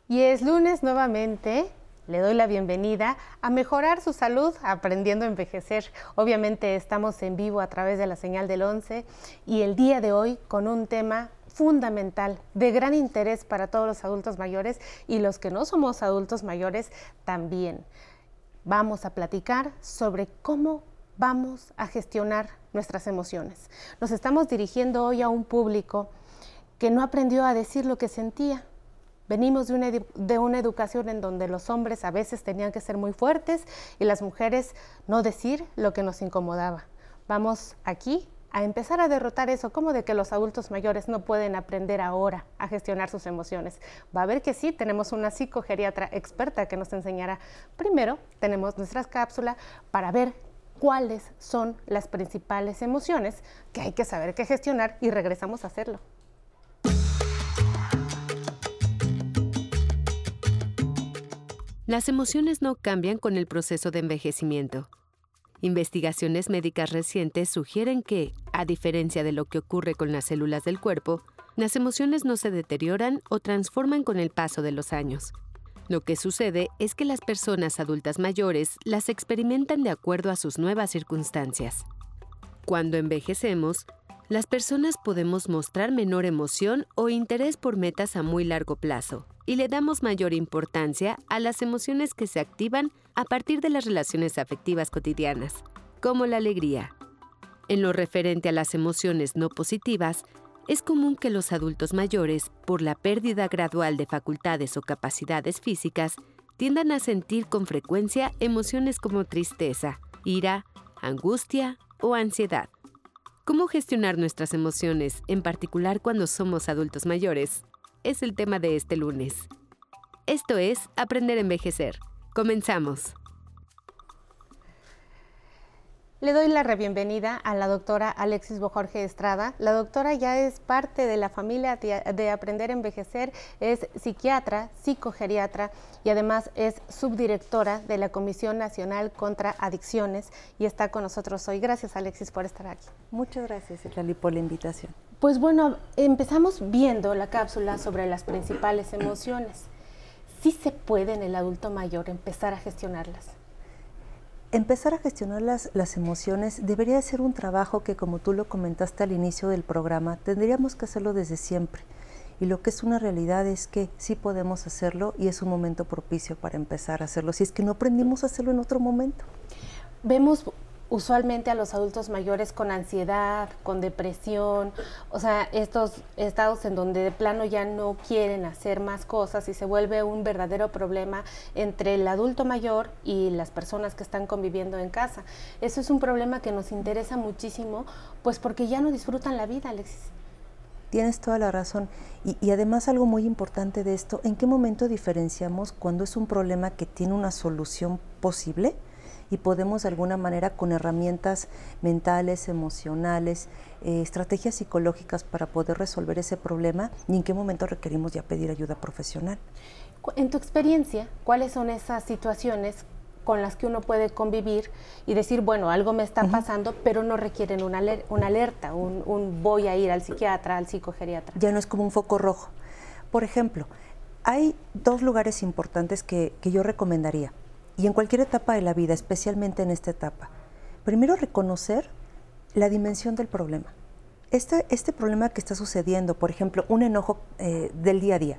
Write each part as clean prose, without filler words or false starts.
Y es lunes nuevamente. Le doy la bienvenida a Mejorar su Salud Aprendiendo a Envejecer. Obviamente estamos en vivo a través de la señal del 11 y el día de hoy con un tema fundamental, de gran interés para todos los adultos mayores y los que no somos adultos mayores también. Vamos a platicar sobre cómo vamos a gestionar nuestras emociones. Nos estamos dirigiendo hoy a un público que no aprendió a decir lo que sentía. Venimos de una educación en donde los hombres a veces tenían que ser muy fuertes y las mujeres no decir lo que nos incomodaba. Vamos aquí a empezar a derrotar eso, como de que los adultos mayores no pueden aprender ahora a gestionar sus emociones. Va a ver que sí, tenemos una psicogeriatra experta que nos enseñará. Primero, tenemos nuestra cápsula para ver cuáles son las principales emociones que hay que saber que gestionar y regresamos a hacerlo. Las emociones no cambian con el proceso de envejecimiento. Investigaciones médicas recientes sugieren que, a diferencia de lo que ocurre con las células del cuerpo, las emociones no se deterioran o transforman con el paso de los años. Lo que sucede es que las personas adultas mayores las experimentan de acuerdo a sus nuevas circunstancias. Cuando envejecemos, las personas podemos mostrar menor emoción o interés por metas a muy largo plazo, y le damos mayor importancia a las emociones que se activan a partir de las relaciones afectivas cotidianas, como la alegría. En lo referente a las emociones no positivas, es común que los adultos mayores, por la pérdida gradual de facultades o capacidades físicas, tiendan a sentir con frecuencia emociones como tristeza, ira, angustia o ansiedad. ¿Cómo gestionar nuestras emociones, en particular cuando somos adultos mayores? Es el tema de este lunes. Esto es Aprender a Envejecer. Comenzamos. Le doy la bienvenida a la doctora Alexis Bojorge Estrada. La doctora ya es parte de la familia de Aprender a Envejecer, es psiquiatra, psicogeriatra y además es subdirectora de la Comisión Nacional contra Adicciones y está con nosotros hoy. Gracias, Alexis, por estar aquí. Muchas gracias, Citlali, por la invitación. Pues bueno, empezamos viendo la cápsula sobre las principales emociones. ¿Sí se puede en el adulto mayor empezar a gestionarlas? Empezar a gestionar las emociones debería ser un trabajo que, como tú lo comentaste al inicio del programa, tendríamos que hacerlo desde siempre. Y lo que es una realidad es que sí podemos hacerlo y es un momento propicio para empezar a hacerlo, si es que no aprendimos a hacerlo en otro momento. Vemos usualmente a los adultos mayores con ansiedad, con depresión, o sea, estos estados en donde de plano ya no quieren hacer más cosas y se vuelve un verdadero problema entre el adulto mayor y las personas que están conviviendo en casa. Eso es un problema que nos interesa muchísimo, pues porque ya no disfrutan la vida, Alexis. Tienes toda la razón. Y además algo muy importante de esto, ¿en qué momento diferenciamos cuando es un problema que tiene una solución posible? Y podemos de alguna manera con herramientas mentales, emocionales, estrategias psicológicas para poder resolver ese problema, y en qué momento requerimos ya pedir ayuda profesional. En tu experiencia, ¿cuáles son esas situaciones con las que uno puede convivir y decir, bueno, algo me está pasando, pero no requieren una alerta, un voy a ir al psiquiatra, al psicogeriatra? Ya no es como un foco rojo. Por ejemplo, hay dos lugares importantes que yo recomendaría. Y en cualquier etapa de la vida, especialmente en esta etapa. Primero, reconocer la dimensión del problema. Este problema que está sucediendo, por ejemplo, un enojo del día a día,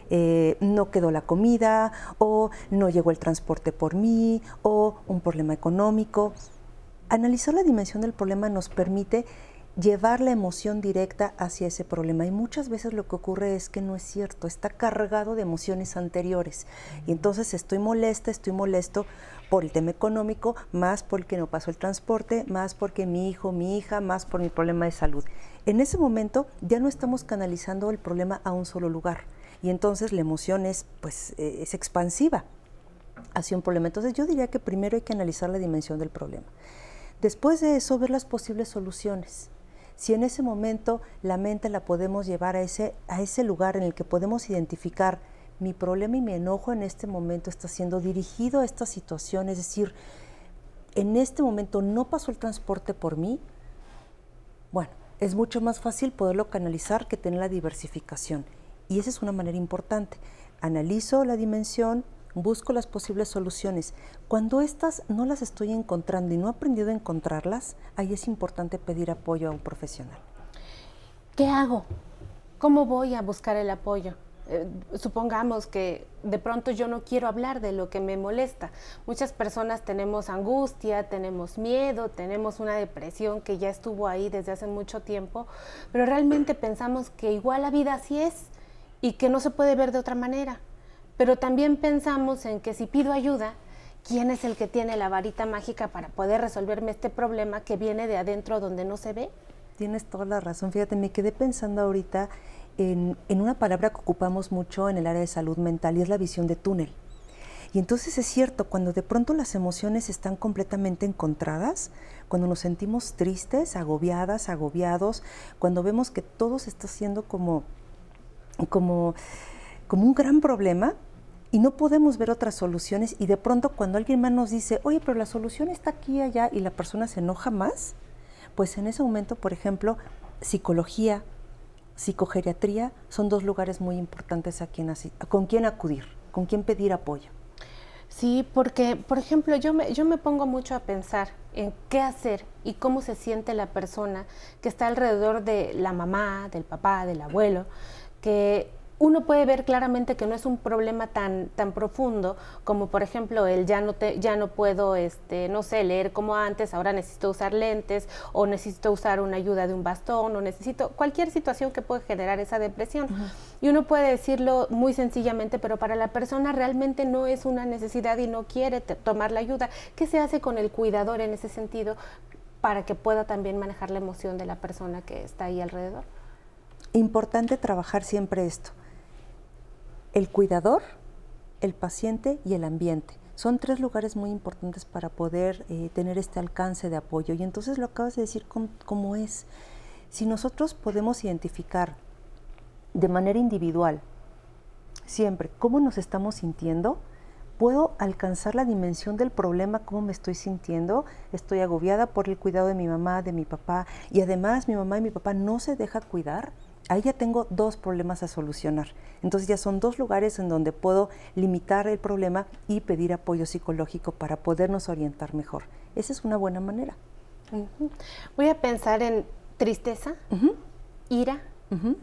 no quedó la comida, o no llegó el transporte por mí, o un problema económico. Analizar la dimensión del problema nos permite llevar la emoción directa hacia ese problema, y muchas veces lo que ocurre es que no es cierto, está cargado de emociones anteriores y entonces estoy molesto por el tema económico, más porque no pasó el transporte, más porque mi hijo, mi hija, más por mi problema de salud. En ese momento ya no estamos canalizando el problema a un solo lugar y entonces la emoción es expansiva hacia un problema. Entonces yo diría que primero hay que analizar la dimensión del problema. Después de eso, ver las posibles soluciones. Si en ese momento la mente la podemos llevar a ese lugar en el que podemos identificar mi problema y mi enojo en este momento está siendo dirigido a esta situación, es decir, en este momento no pasó el transporte por mí, bueno, es mucho más fácil poderlo canalizar que tener la diversificación. Y esa es una manera importante. Analizo la dimensión, busco las posibles soluciones. Cuando estas no las estoy encontrando y no he aprendido a encontrarlas, ahí es importante pedir apoyo a un profesional. ¿Qué hago? ¿Cómo voy a buscar el apoyo? Supongamos que de pronto yo no quiero hablar de lo que me molesta. Muchas personas tenemos angustia, tenemos miedo, tenemos una depresión que ya estuvo ahí desde hace mucho tiempo, pero realmente pensamos que igual la vida así es y que no se puede ver de otra manera. Pero también pensamos en que si pido ayuda, ¿quién es el que tiene la varita mágica para poder resolverme este problema que viene de adentro donde no se ve? Tienes toda la razón. Fíjate, me quedé pensando ahorita en una palabra que ocupamos mucho en el área de salud mental y es la visión de túnel. Y entonces es cierto, cuando de pronto las emociones están completamente encontradas, cuando nos sentimos tristes, agobiadas, agobiados, cuando vemos que todo se está haciendo como un gran problema y no podemos ver otras soluciones y de pronto cuando alguien más nos dice, oye, pero la solución está aquí y allá y la persona se enoja más, pues en ese momento, por ejemplo, psicología, psicogeriatría son dos lugares muy importantes con quién acudir, con quién pedir apoyo. Sí, porque, por ejemplo, yo me pongo mucho a pensar en qué hacer y cómo se siente la persona que está alrededor de la mamá, del papá, del abuelo, que uno puede ver claramente que no es un problema tan profundo como, por ejemplo, el ya no puedo, no sé, leer como antes, ahora necesito usar lentes, o necesito usar una ayuda de un bastón, o necesito cualquier situación que puede generar esa depresión. Uh-huh. Y uno puede decirlo muy sencillamente, pero para la persona realmente no es una necesidad y no quiere tomar la ayuda. ¿Qué se hace con el cuidador en ese sentido para que pueda también manejar la emoción de la persona que está ahí alrededor? Importante trabajar siempre esto. El cuidador, el paciente y el ambiente. Son tres lugares muy importantes para poder tener este alcance de apoyo. Y entonces lo acabas de decir cómo es. Si nosotros podemos identificar de manera individual siempre cómo nos estamos sintiendo, puedo alcanzar la dimensión del problema, cómo me estoy sintiendo. Estoy agobiada por el cuidado de mi mamá, de mi papá, y además mi mamá y mi papá no se dejan cuidar. Ahí ya tengo dos problemas a solucionar. Entonces ya son dos lugares en donde puedo limitar el problema y pedir apoyo psicológico para podernos orientar mejor. Esa es una buena manera. Uh-huh. Voy a pensar en tristeza, uh-huh, ira, uh-huh,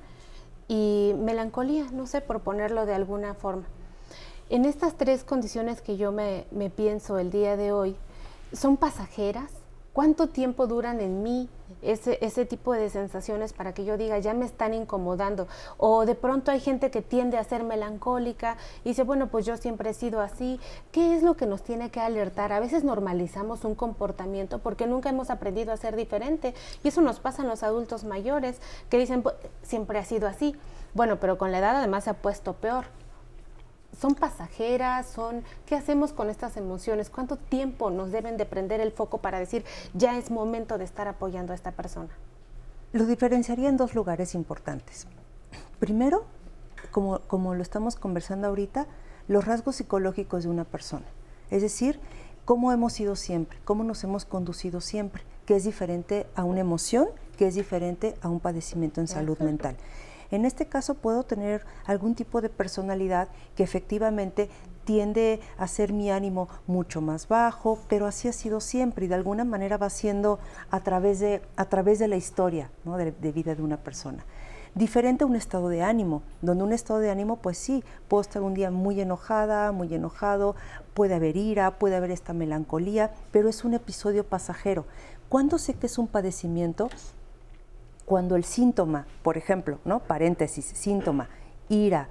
y melancolía, no sé, por ponerlo de alguna forma. En estas tres condiciones que yo me pienso el día de hoy, ¿son pasajeras? ¿Cuánto tiempo duran en mí ese tipo de sensaciones para que yo diga, ya me están incomodando? O de pronto hay gente que tiende a ser melancólica y dice, bueno, pues yo siempre he sido así. ¿Qué es lo que nos tiene que alertar? A veces normalizamos un comportamiento porque nunca hemos aprendido a ser diferente. Y eso nos pasa en los adultos mayores que dicen, pues, siempre ha sido así. Bueno, pero con la edad además se ha puesto peor. ¿Son pasajeras? ¿Qué hacemos con estas emociones? ¿Cuánto tiempo nos deben de prender el foco para decir, ya es momento de estar apoyando a esta persona? Lo diferenciaría en dos lugares importantes. Primero, como lo estamos conversando ahorita, los rasgos psicológicos de una persona. Es decir, cómo hemos sido siempre, cómo nos hemos conducido siempre, que es diferente a una emoción, que es diferente a un padecimiento en salud mental. En este caso puedo tener algún tipo de personalidad que efectivamente tiende a ser mi ánimo mucho más bajo, pero así ha sido siempre y de alguna manera va siendo a través de la historia, ¿no?, de vida de una persona. Diferente a un estado de ánimo, donde un estado de ánimo, pues sí, puedo estar un día muy enojada, muy enojado, puede haber ira, puede haber esta melancolía, pero es un episodio pasajero. ¿Cuándo sé que es un padecimiento? Cuando el síntoma, por ejemplo, ¿no?, paréntesis, síntoma, ira,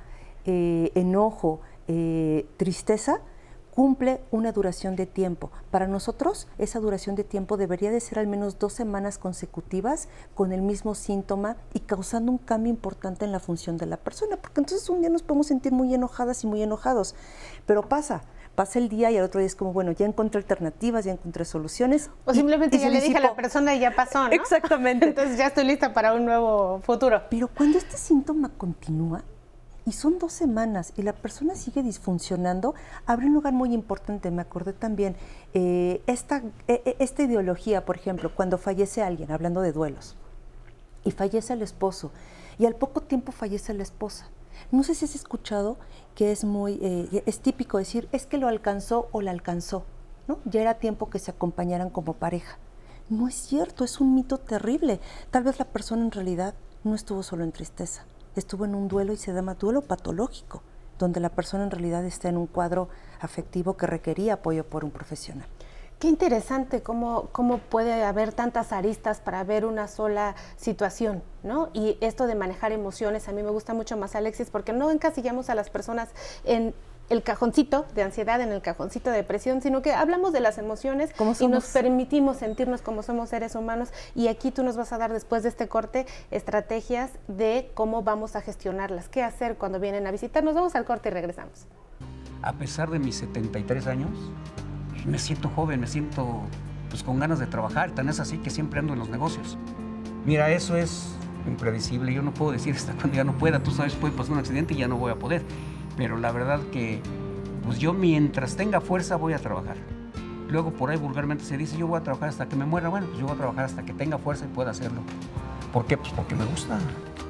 enojo, tristeza, cumple una duración de tiempo. Para nosotros, esa duración de tiempo debería de ser al menos 2 semanas consecutivas con el mismo síntoma y causando un cambio importante en la función de la persona, porque entonces un día nos podemos sentir muy enojadas y muy enojados, pero pasa el día y al otro día es como, bueno, ya encontré alternativas, ya encontré soluciones. O simplemente ya le dije a la persona y ya pasó, ¿no? Exactamente. Entonces ya estoy lista para un nuevo futuro. Pero cuando este síntoma continúa, y son 2 semanas y la persona sigue disfuncionando, abre un lugar muy importante. Me acordé también, esta ideología, por ejemplo, cuando fallece alguien, hablando de duelos, y fallece el esposo, y al poco tiempo fallece la esposa. No sé si has escuchado que es típico decir, es que lo alcanzó o la alcanzó, ¿no? Ya era tiempo que se acompañaran como pareja. No es cierto, es un mito terrible. Tal vez la persona en realidad no estuvo solo en tristeza, estuvo en un duelo y se llama duelo patológico, donde la persona en realidad está en un cuadro afectivo que requería apoyo por un profesional. Qué interesante cómo puede haber tantas aristas para ver una sola situación, ¿no? Y esto de manejar emociones, a mí me gusta mucho más, Alexis, porque no encasillamos a las personas en el cajoncito de ansiedad, en el cajoncito de depresión, sino que hablamos de las emociones y nos permitimos sentirnos como somos seres humanos. Y aquí tú nos vas a dar, después de este corte, estrategias de cómo vamos a gestionarlas, qué hacer cuando vienen a visitarnos. Vamos al corte y regresamos. A pesar de mis 73 años, me siento joven, me siento pues con ganas de trabajar, tan es así que siempre ando en los negocios. Mira, eso es impredecible, yo no puedo decir hasta cuando ya no pueda, tú sabes, puede pasar un accidente y ya no voy a poder, pero la verdad que pues yo mientras tenga fuerza voy a trabajar. Luego por ahí vulgarmente se dice, yo voy a trabajar hasta que me muera, bueno, pues yo voy a trabajar hasta que tenga fuerza y pueda hacerlo. ¿Por qué? Pues porque me gusta.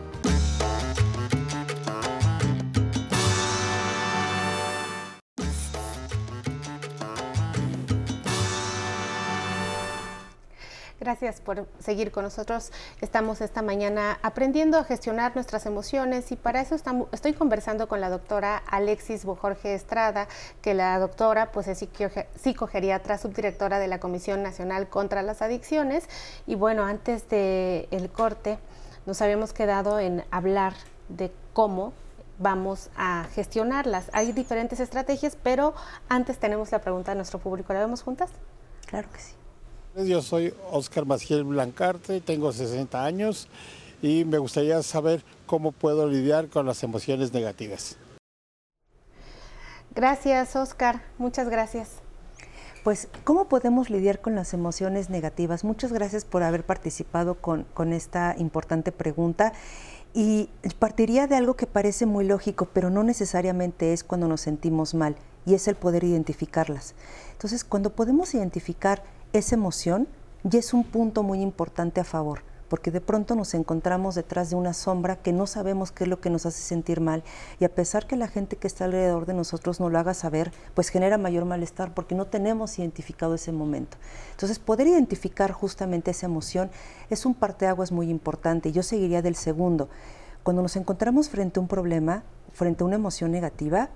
Gracias por seguir con nosotros. Estamos esta mañana aprendiendo a gestionar nuestras emociones y para eso estoy conversando con la doctora Alexis Bojorge Estrada, que la doctora pues es psicogeriatra, subdirectora de la Comisión Nacional contra las Adicciones. Y bueno, antes del corte nos habíamos quedado en hablar de cómo vamos a gestionarlas. Hay diferentes estrategias, pero antes tenemos la pregunta de nuestro público. ¿La vemos juntas? Claro que sí. Yo soy Óscar Maciel Blancarte, tengo 60 años y me gustaría saber cómo puedo lidiar con las emociones negativas. Gracias, Óscar. Muchas gracias. Pues, ¿cómo podemos lidiar con las emociones negativas? Muchas gracias por haber participado con esta importante pregunta. Y partiría de algo que parece muy lógico, pero no necesariamente es cuando nos sentimos mal, y es el poder identificarlas. Entonces, cuando podemos identificar esa emoción, ya es un punto muy importante a favor, porque de pronto nos encontramos detrás de una sombra que no sabemos qué es lo que nos hace sentir mal, y a pesar que la gente que está alrededor de nosotros no lo haga saber, pues genera mayor malestar porque no tenemos identificado ese momento. Entonces, poder identificar justamente esa emoción es un parteaguas muy importante. Yo seguiría del segundo. Cuando nos encontramos frente a un problema, frente a una emoción negativa,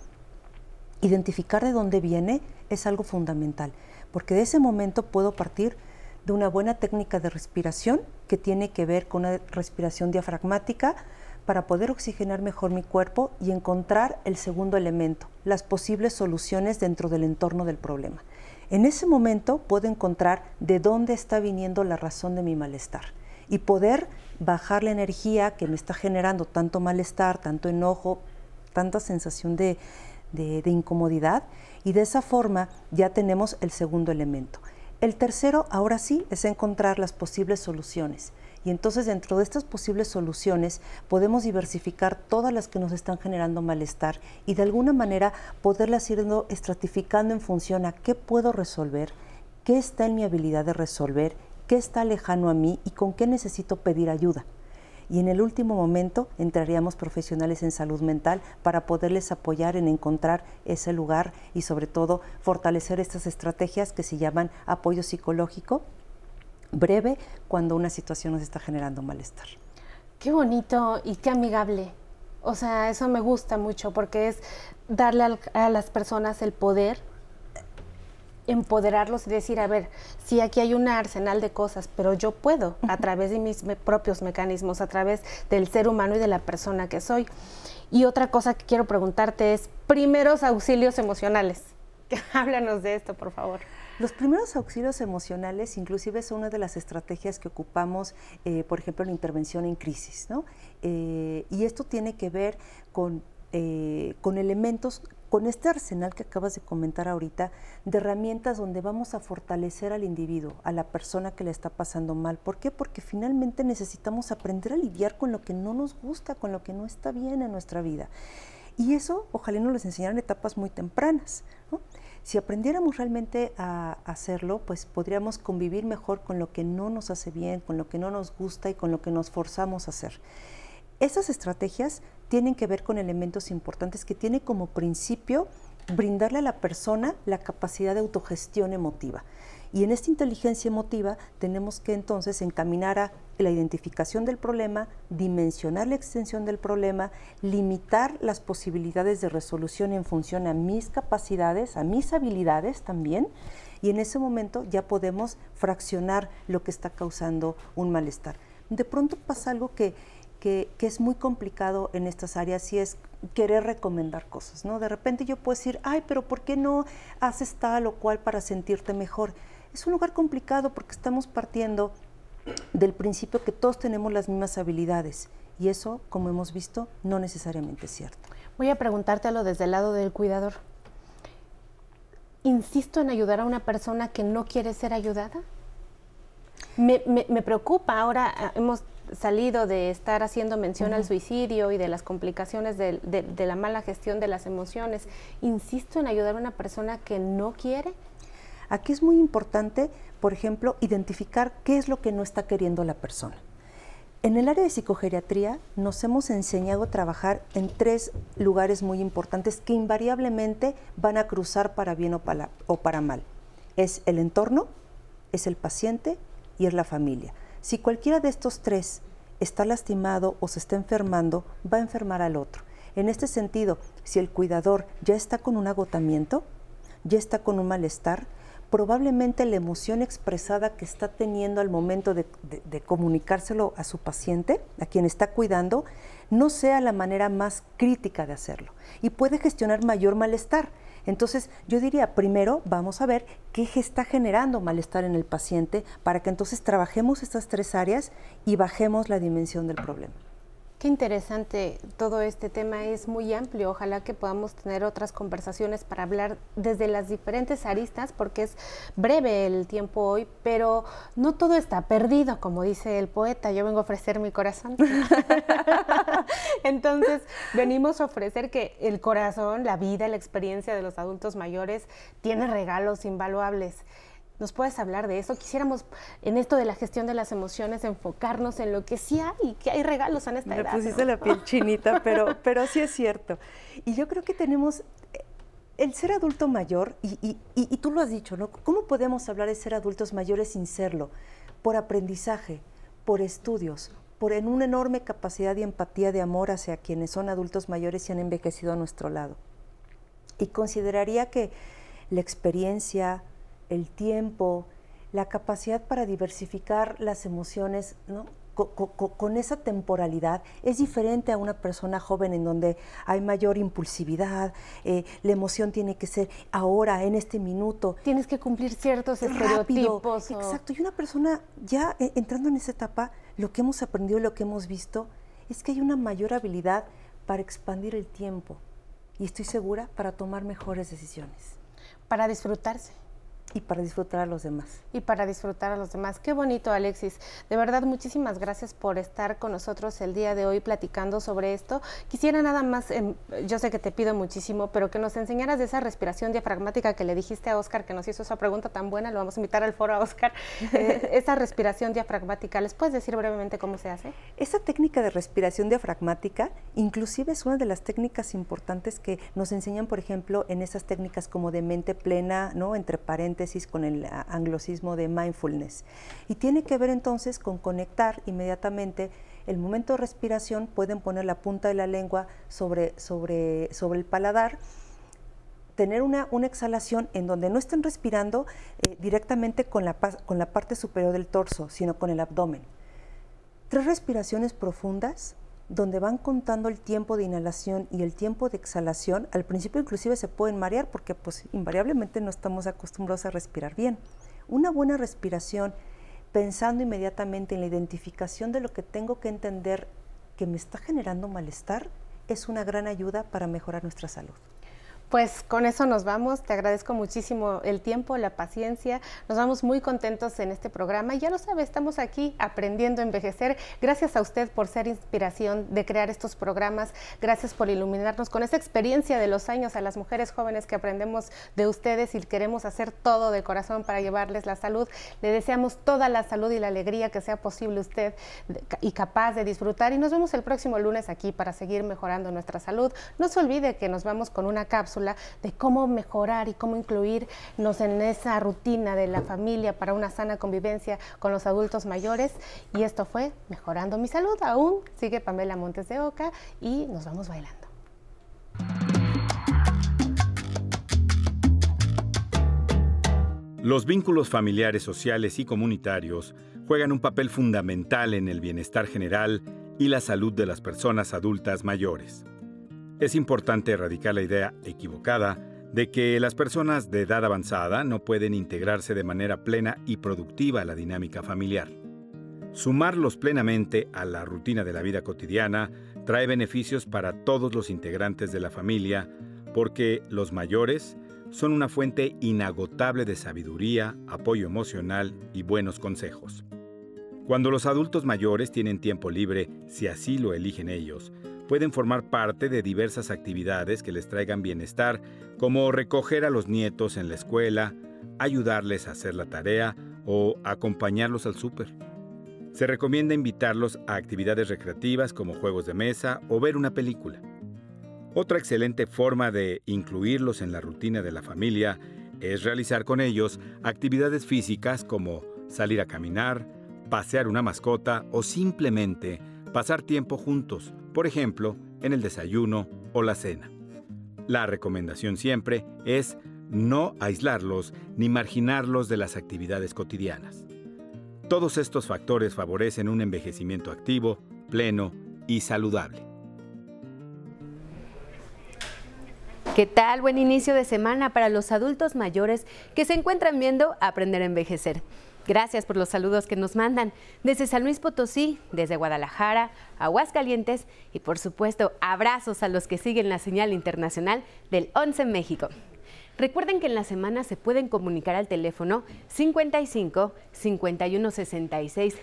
identificar de dónde viene es algo fundamental, porque de ese momento puedo partir de una buena técnica de respiración que tiene que ver con una respiración diafragmática para poder oxigenar mejor mi cuerpo y encontrar el segundo elemento, las posibles soluciones dentro del entorno del problema. En ese momento puedo encontrar de dónde está viniendo la razón de mi malestar y poder bajar la energía que me está generando tanto malestar, tanto enojo, tanta sensación de incomodidad, y de esa forma ya tenemos el segundo elemento. El tercero, ahora sí, es encontrar las posibles soluciones. Y entonces dentro de estas posibles soluciones podemos diversificar todas las que nos están generando malestar y de alguna manera poderlas ir estratificando en función a qué puedo resolver, qué está en mi habilidad de resolver, qué está lejano a mí y con qué necesito pedir ayuda. Y en el último momento entraríamos profesionales en salud mental para poderles apoyar en encontrar ese lugar y sobre todo fortalecer estas estrategias que se llaman apoyo psicológico breve cuando una situación nos está generando malestar. Qué bonito y qué amigable. O sea, eso me gusta mucho porque es darle a las personas el poder, empoderarlos y decir, a ver, sí, aquí hay un arsenal de cosas, pero yo puedo a través de mis propios mecanismos, a través del ser humano y de la persona que soy. Y otra cosa que quiero preguntarte es primeros auxilios emocionales. Háblanos de esto, por favor. Los primeros auxilios emocionales inclusive son una de las estrategias que ocupamos, por ejemplo, en la intervención en crisis, ¿no? Y esto tiene que ver con elementos, con este arsenal que acabas de comentar ahorita, de herramientas donde vamos a fortalecer al individuo, a la persona que le está pasando mal. ¿Por qué? Porque finalmente necesitamos aprender a lidiar con lo que no nos gusta, con lo que no está bien en nuestra vida. Y eso ojalá nos lo enseñaran en etapas muy tempranas, ¿no? Si aprendiéramos realmente a hacerlo, pues podríamos convivir mejor con lo que no nos hace bien, con lo que no nos gusta y con lo que nos forzamos a hacer. Esas estrategias tienen que ver con elementos importantes que tiene como principio brindarle a la persona la capacidad de autogestión emotiva. Y en esta inteligencia emotiva tenemos que entonces encaminar a la identificación del problema, dimensionar la extensión del problema, limitar las posibilidades de resolución en función a mis capacidades, a mis habilidades también, y en ese momento ya podemos fraccionar lo que está causando un malestar. De pronto pasa algo que es muy complicado en estas áreas y es querer recomendar cosas, ¿no? De repente yo puedo decir, ay, pero ¿por qué no haces tal o cual para sentirte mejor? Es un lugar complicado porque estamos partiendo del principio que todos tenemos las mismas habilidades y eso, como hemos visto, no necesariamente es cierto. Voy a preguntártelo desde el lado del cuidador. ¿Insisto en ayudar a una persona que no quiere ser ayudada? Me preocupa, ahora hemos salido de estar haciendo mención al suicidio y de las complicaciones de la mala gestión de las emociones. ¿Insisto en ayudar a una persona que no quiere? Aquí es muy importante, por ejemplo, identificar qué es lo que no está queriendo la persona. En el área de psicogeriatría nos hemos enseñado a trabajar en 3 lugares muy importantes que invariablemente van a cruzar para bien o para mal. Es el entorno, es el paciente y es la familia. Si cualquiera de estos 3 está lastimado o se está enfermando, va a enfermar al otro. En este sentido, si el cuidador ya está con un agotamiento, ya está con un malestar, probablemente la emoción expresada que está teniendo al momento de comunicárselo a su paciente, a quien está cuidando, no sea la manera más crítica de hacerlo y puede gestionar mayor malestar. Entonces, yo diría, primero vamos a ver qué está generando malestar en el paciente para que entonces trabajemos estas 3 áreas y bajemos la dimensión del problema. Qué interesante todo este tema, es muy amplio. Ojalá que podamos tener otras conversaciones para hablar desde las diferentes aristas, porque es breve el tiempo hoy, pero no todo está perdido, como dice el poeta. Yo vengo a ofrecer mi corazón. Entonces, venimos a ofrecer que el corazón, la vida, la experiencia de los adultos mayores tiene regalos invaluables. ¿Nos puedes hablar de eso? Quisiéramos, en esto de la gestión de las emociones, enfocarnos en lo que sí hay, que hay regalos en esta edad. Me pusiste la piel chinita, pero sí es cierto. Y yo creo que tenemos el ser adulto mayor, y tú lo has dicho, ¿no? ¿Cómo podemos hablar de ser adultos mayores sin serlo? Por aprendizaje, por estudios, por una enorme capacidad de empatía, de amor hacia quienes son adultos mayores y han envejecido a nuestro lado. Y consideraría que la experiencia, el tiempo, la capacidad para diversificar las emociones, ¿no? Con esa temporalidad es diferente a una persona joven en donde hay mayor impulsividad, la emoción tiene que ser ahora, en este minuto. Tienes que cumplir ciertos estereotipos. Exacto, y una persona ya entrando en esa etapa, lo que hemos aprendido, lo que hemos visto, es que hay una mayor habilidad para expandir el tiempo y estoy segura para tomar mejores decisiones. Para disfrutarse. Y para disfrutar a los demás. Y para disfrutar a los demás. Qué bonito, Alexis. De verdad, muchísimas gracias por estar con nosotros el día de hoy platicando sobre esto. Quisiera nada más, yo sé que te pido muchísimo, pero que nos enseñaras de esa respiración diafragmática que le dijiste a Óscar, que nos hizo esa pregunta tan buena. Lo vamos a invitar al foro a Óscar. Esa respiración diafragmática, ¿les puedes decir brevemente cómo se hace? Esa técnica de respiración diafragmática, inclusive es una de las técnicas importantes que nos enseñan, por ejemplo, en esas técnicas como de mente plena, ¿no? Entre paréntesis, con el anglicismo de mindfulness. Y tiene que ver entonces con conectar inmediatamente el momento de respiración. Pueden poner la punta de la lengua sobre el paladar, tener una exhalación en donde no estén respirando directamente con la parte superior del torso, sino con el abdomen. 3 respiraciones profundas, donde van contando el tiempo de inhalación y el tiempo de exhalación. Al principio inclusive se pueden marear porque pues invariablemente no estamos acostumbrados a respirar bien. Una buena respiración, pensando inmediatamente en la identificación de lo que tengo que entender que me está generando malestar, es una gran ayuda para mejorar nuestra salud. Pues con eso nos vamos. Te agradezco muchísimo el tiempo, la paciencia. Nos vamos muy contentos en este programa. Y ya lo sabe, estamos aquí aprendiendo a envejecer. Gracias a usted por ser inspiración de crear estos programas. Gracias por iluminarnos con esa experiencia de los años a las mujeres jóvenes que aprendemos de ustedes y queremos hacer todo de corazón para llevarles la salud. Le deseamos toda la salud y la alegría que sea posible usted y capaz de disfrutar. Y nos vemos el próximo lunes aquí para seguir mejorando nuestra salud. No se olvide que nos vamos con una cápsula de cómo mejorar y cómo incluirnos en esa rutina de la familia para una sana convivencia con los adultos mayores. Y esto fue Mejorando mi Salud. Aún sigue Pamela Montes de Oca y nos vamos bailando. Los vínculos familiares, sociales y comunitarios juegan un papel fundamental en el bienestar general y la salud de las personas adultas mayores. Es importante erradicar la idea equivocada de que las personas de edad avanzada no pueden integrarse de manera plena y productiva a la dinámica familiar. Sumarlos plenamente a la rutina de la vida cotidiana trae beneficios para todos los integrantes de la familia porque los mayores son una fuente inagotable de sabiduría, apoyo emocional y buenos consejos. Cuando los adultos mayores tienen tiempo libre, si así lo eligen ellos, pueden formar parte de diversas actividades que les traigan bienestar, como recoger a los nietos en la escuela, ayudarles a hacer la tarea o acompañarlos al súper. Se recomienda invitarlos a actividades recreativas como juegos de mesa o ver una película. Otra excelente forma de incluirlos en la rutina de la familia es realizar con ellos actividades físicas como salir a caminar, pasear una mascota o simplemente pasar tiempo juntos, por ejemplo, en el desayuno o la cena. La recomendación siempre es no aislarlos ni marginarlos de las actividades cotidianas. Todos estos factores favorecen un envejecimiento activo, pleno y saludable. ¿Qué tal? Buen inicio de semana para los adultos mayores que se encuentran viendo Aprender a Envejecer. Gracias por los saludos que nos mandan desde San Luis Potosí, desde Guadalajara, Aguascalientes y por supuesto abrazos a los que siguen la señal internacional del 11 en México. Recuerden que en la semana se pueden comunicar al teléfono 55 51 66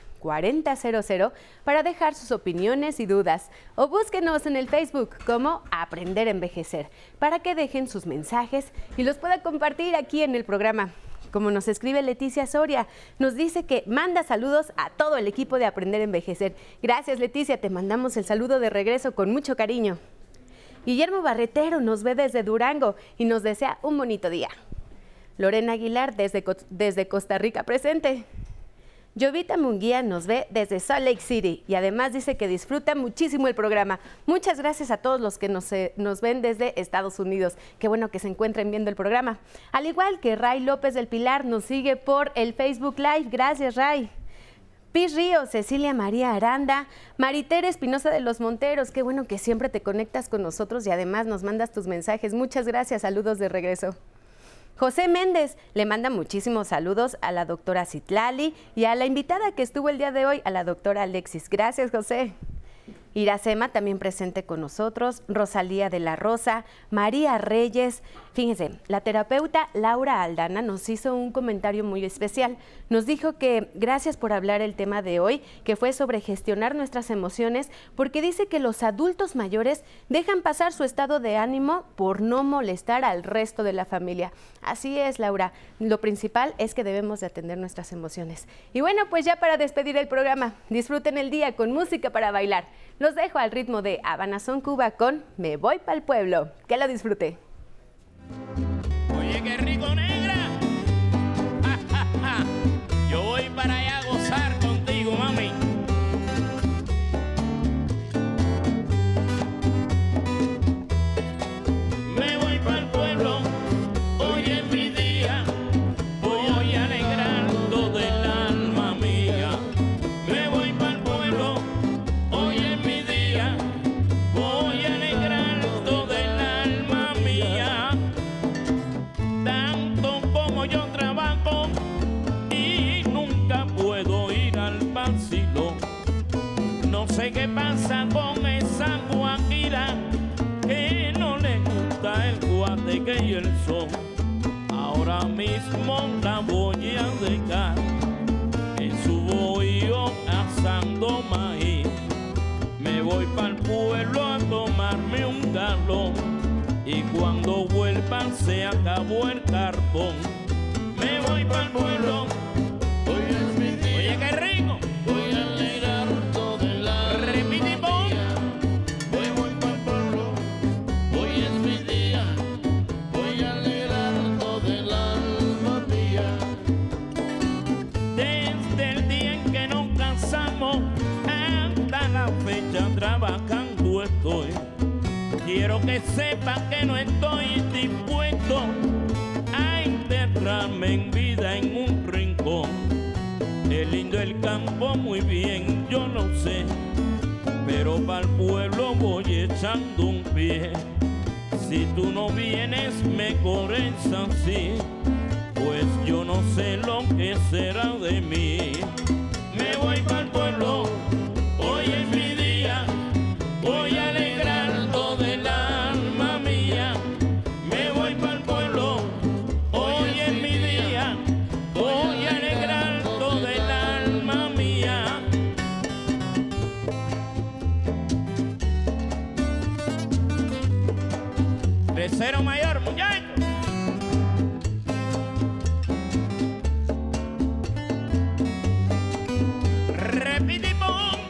4000 para dejar sus opiniones y dudas o búsquenos en el Facebook como Aprender a Envejecer para que dejen sus mensajes y los pueda compartir aquí en el programa. Como nos escribe Leticia Soria, nos dice que manda saludos a todo el equipo de Aprender a Envejecer. Gracias, Leticia, te mandamos el saludo de regreso con mucho cariño. Guillermo Barretero nos ve desde Durango y nos desea un bonito día. Lorena Aguilar desde Costa Rica presente. Jovita Munguía nos ve desde Salt Lake City y además dice que disfruta muchísimo el programa. Muchas gracias a todos los que nos ven desde Estados Unidos. Qué bueno que se encuentren viendo el programa. Al igual que Ray López del Pilar nos sigue por el Facebook Live. Gracias, Ray. Pis Ríos, Cecilia María Aranda, Maritere Espinosa de los Monteros. Qué bueno que siempre te conectas con nosotros y además nos mandas tus mensajes. Muchas gracias. Saludos de regreso. José Méndez le manda muchísimos saludos a la doctora Citlali y a la invitada que estuvo el día de hoy, a la doctora Alexis. Gracias, José. Iracema también presente con nosotros, Rosalía de la Rosa, María Reyes. Fíjense, la terapeuta Laura Aldana nos hizo un comentario muy especial. Nos dijo que gracias por hablar el tema de hoy, que fue sobre gestionar nuestras emociones, porque dice que los adultos mayores dejan pasar su estado de ánimo por no molestar al resto de la familia. Así es, Laura. Lo principal es que debemos de atender nuestras emociones. Y bueno, pues ya para despedir el programa, disfruten el día con música para bailar. Los dejo al ritmo de Habana Son Cuba con Me Voy Pa'l Pueblo. Que lo disfrute. Oye, qué rico, negra. Ja, ja, ja. Yo voy para allá a gozar contigo, mami. Me voy pa'l pueblo, hoy es mi día. Voy a alegrar todo el alma mía. Me voy pa'l pueblo, hoy es mi día. Voy a alegrar todo el alma mía. guateque y el sol. Ahora mismo la voy a dejar en su bohío asando maíz. Me voy pa'l pueblo a tomarme un galón y cuando vuelva se acabó el carbón. Me voy pa'l pueblo, hoy es mi día. Oye, qué rico. Voy a alegrar todo el alma. Repite y pon. Me voy pa'l pueblo, hoy es mi día. Voy a alegrar todo el alma mía. Desde el día en que nos casamos hasta la fecha trabajando estoy. Quiero que sepan que no estoy dispuesto a enterrarme en vida en un rincón. Es lindo el campo, muy bien, yo lo sé, pero pa'l pueblo voy echando un pie. Si tú no vienes me corres así, pues yo no sé lo que será de mí. Me voy pa'l pueblo, hoy es mi día. Voy a alegrar todo el alma mía. Me voy pa'l pueblo, hoy es mi día. Voy a alegrar todo el alma mía. Tercero mayor, muchachos. Repite y pon.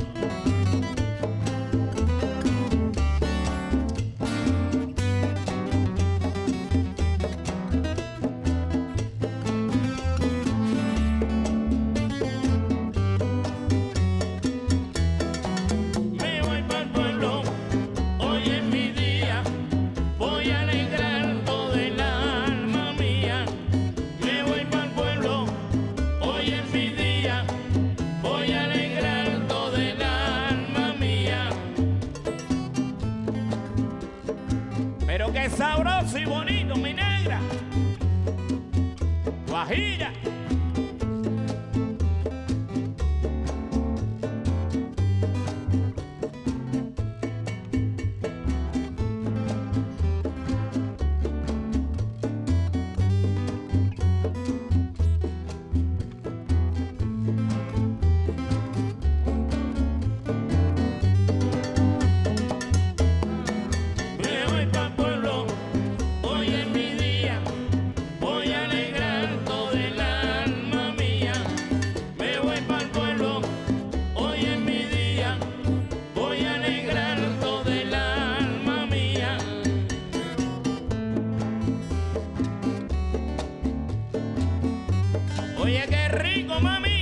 Me voy pa'l pueblo, hoy es mi día. Voy a alegrar todo el alma mía. Me voy pa'l pueblo, hoy es mi día. Voy a alegrar todo el alma mía. Pero qué sabroso y bonito, mi negra. Guajira. Me voy pa'l pueblo, hoy es mi día. Voy a alegrar todo el alma mía. Me voy pa'l pueblo, hoy es mi día. Voy a alegrar todo el alma mía. Oye, qué rico, mami.